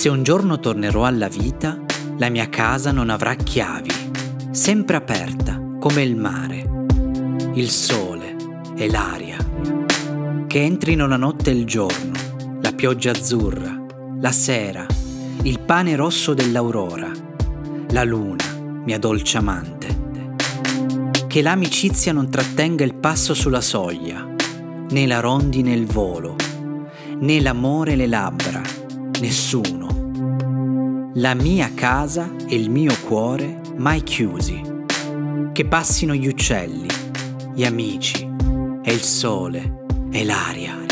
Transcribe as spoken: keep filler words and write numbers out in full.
Se un giorno tornerò alla vita, la mia casa non avrà chiavi, sempre aperta come il mare, il sole e l'aria. Che entrino la notte e il giorno, la pioggia azzurra, la sera, il pane rosso dell'aurora, la luna, mia dolce amante. Che l'amicizia non trattenga il passo sulla soglia, né la rondine il volo, né l'amore le labbra, nessuno. La mia casa e il mio cuore mai chiusi. Che passino gli uccelli, gli amici, e il sole, e l'aria,